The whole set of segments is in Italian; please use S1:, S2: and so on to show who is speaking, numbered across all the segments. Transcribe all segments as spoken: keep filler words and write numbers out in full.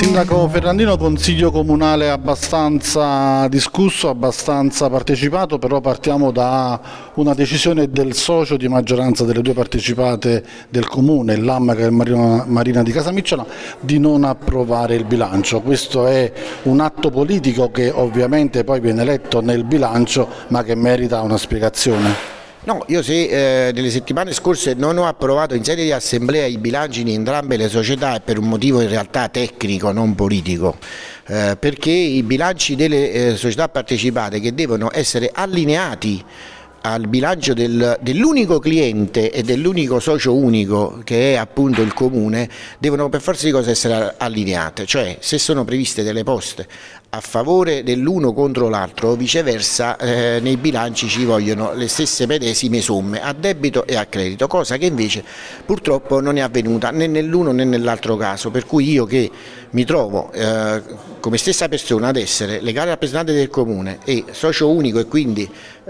S1: Sindaco Ferrandino, consiglio comunale abbastanza discusso, abbastanza partecipato, però partiamo da una decisione del socio di maggioranza delle due partecipate del comune, l'Ammaca e Marina, Marina di Casamicciola, di non approvare il bilancio. Questo è un atto politico che ovviamente poi viene letto nel bilancio, ma che merita una spiegazione.
S2: No, io se eh, nelle settimane scorse non ho approvato in sede di assemblea i bilanci di entrambe le società è per un motivo in realtà tecnico, non politico, eh, perché i bilanci delle eh, società partecipate, che devono essere allineati al bilancio del, dell'unico cliente e dell'unico socio unico, che è appunto il comune, devono per forza di cose essere allineate, cioè se sono previste delle poste a favore dell'uno contro l'altro o viceversa, eh, nei bilanci ci vogliono le stesse medesime somme a debito e a credito, cosa che invece purtroppo non è avvenuta né nell'uno né nell'altro caso, per cui io che mi trovo eh, come stessa persona ad essere legale rappresentante del comune e socio unico e quindi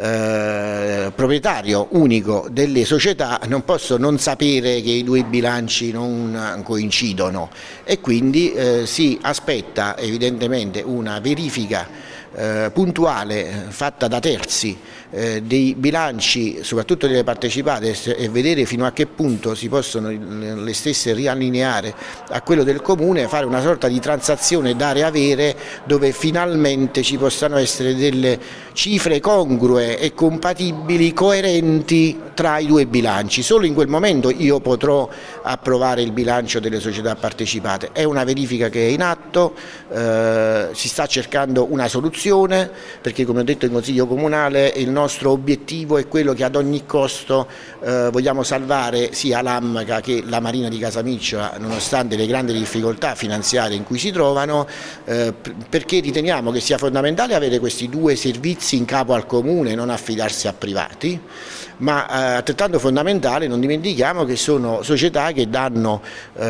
S2: eh, proprietario unico delle società, non posso non sapere che i due bilanci non coincidono e quindi eh, si aspetta evidentemente una verifica eh, puntuale fatta da terzi eh, dei bilanci, soprattutto delle partecipate, e vedere fino a che punto si possono le stesse riallineare a quello del comune, fare una sorta di transazione dare-avere dove finalmente ci possano essere delle cifre congrue e compatibili, coerenti tra i due bilanci. Solo in quel momento io potrò approvare il bilancio delle società partecipate. È una verifica che è in atto, eh, si sta cercando una soluzione, perché come ho detto in Consiglio Comunale il nostro obiettivo è quello che ad ogni costo eh, vogliamo salvare sia l'Ammaca che la Marina di Casamicciola, nonostante le grandi difficoltà finanziarie in cui si trovano, eh, perché riteniamo che sia fondamentale avere questi due servizi in capo al comune, non affidarsi a privati, ma eh, altrettanto fondamentale, non dimentichiamo che sono società che danno eh,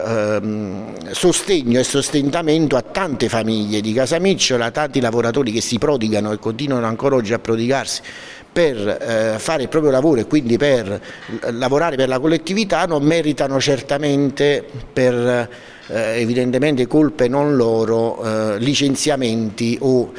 S2: eh, sostegno e sostentamento a tante famiglie di Casamicciola, tanti lavoratori che si prodigano e continuano ancora oggi a prodigarsi per eh, fare il proprio lavoro e quindi per lavorare per la collettività, non meritano certamente per eh, evidentemente colpe non loro eh, licenziamenti o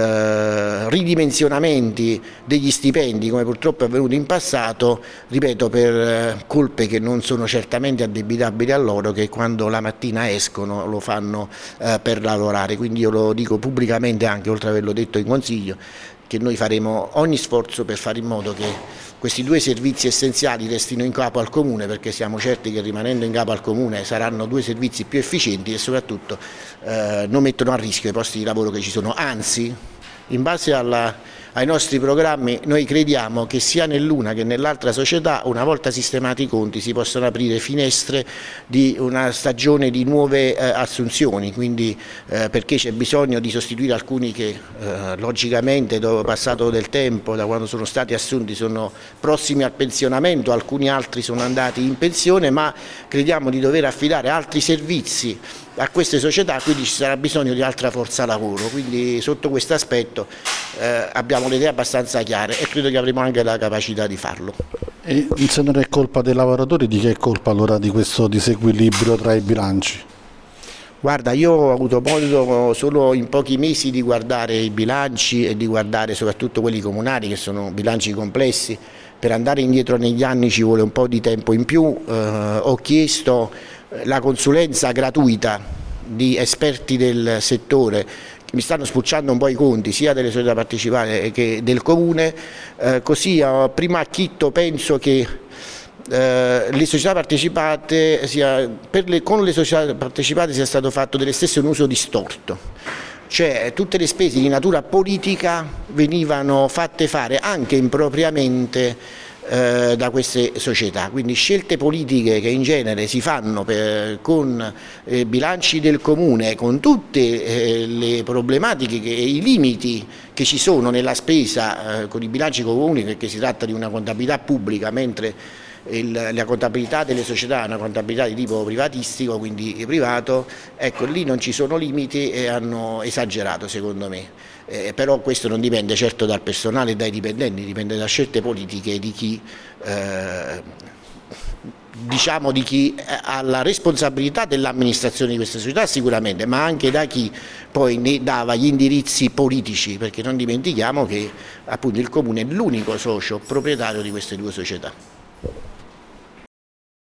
S2: eh, ridimensionamenti degli stipendi, come purtroppo è avvenuto in passato, ripeto, per eh, colpe che non sono certamente addebitabili a loro, che quando la mattina escono lo fanno eh, per lavorare. Quindi io lo dico pubblicamente, anche oltre ad averlo detto in Consiglio, che noi faremo ogni sforzo per fare in modo che questi due servizi essenziali restino in capo al comune, perché siamo certi che rimanendo in capo al comune saranno due servizi più efficienti e soprattutto eh, non mettono a rischio i posti di lavoro che ci sono, anzi in base alla ai nostri programmi noi crediamo che sia nell'una che nell'altra società, una volta sistemati i conti, si possano aprire finestre di una stagione di nuove eh, assunzioni, quindi eh, perché c'è bisogno di sostituire alcuni che eh, logicamente dopo passato del tempo, da quando sono stati assunti, sono prossimi al pensionamento, alcuni altri sono andati in pensione, ma crediamo di dover affidare altri servizi a queste società, quindi ci sarà bisogno di altra forza lavoro, quindi sotto questo aspetto eh, abbiamo le idee abbastanza chiare e credo che avremo anche la capacità di farlo.
S1: E se non è colpa dei lavoratori, di che è colpa allora di questo disequilibrio tra i bilanci?
S2: Guarda, io ho avuto modo solo in pochi mesi di guardare i bilanci e di guardare soprattutto quelli comunali, che sono bilanci complessi. Per andare indietro negli anni ci vuole un po' di tempo in più. Eh, ho chiesto la consulenza gratuita di esperti del settore che mi stanno spucciando un po' i conti sia delle società partecipate che del comune, eh, così a prima acchitto penso che eh, le società partecipate sia, per le, con le società partecipate sia stato fatto delle stesse un uso distorto. Cioè tutte le spese di natura politica venivano fatte fare anche impropriamente eh, da queste società, quindi scelte politiche che in genere si fanno per, con eh, bilanci del comune, con tutte eh, le problematiche e i limiti che ci sono nella spesa eh, con i bilanci comuni, perché si tratta di una contabilità pubblica, mentre Il, la contabilità delle società è una contabilità di tipo privatistico, quindi privato, ecco, lì non ci sono limiti e hanno esagerato secondo me, eh, però questo non dipende certo dal personale e dai dipendenti, dipende da scelte politiche di chi eh, diciamo di chi ha la responsabilità dell'amministrazione di queste società sicuramente, ma anche da chi poi ne dava gli indirizzi politici, perché non dimentichiamo che appunto il Comune è l'unico socio proprietario di queste due società.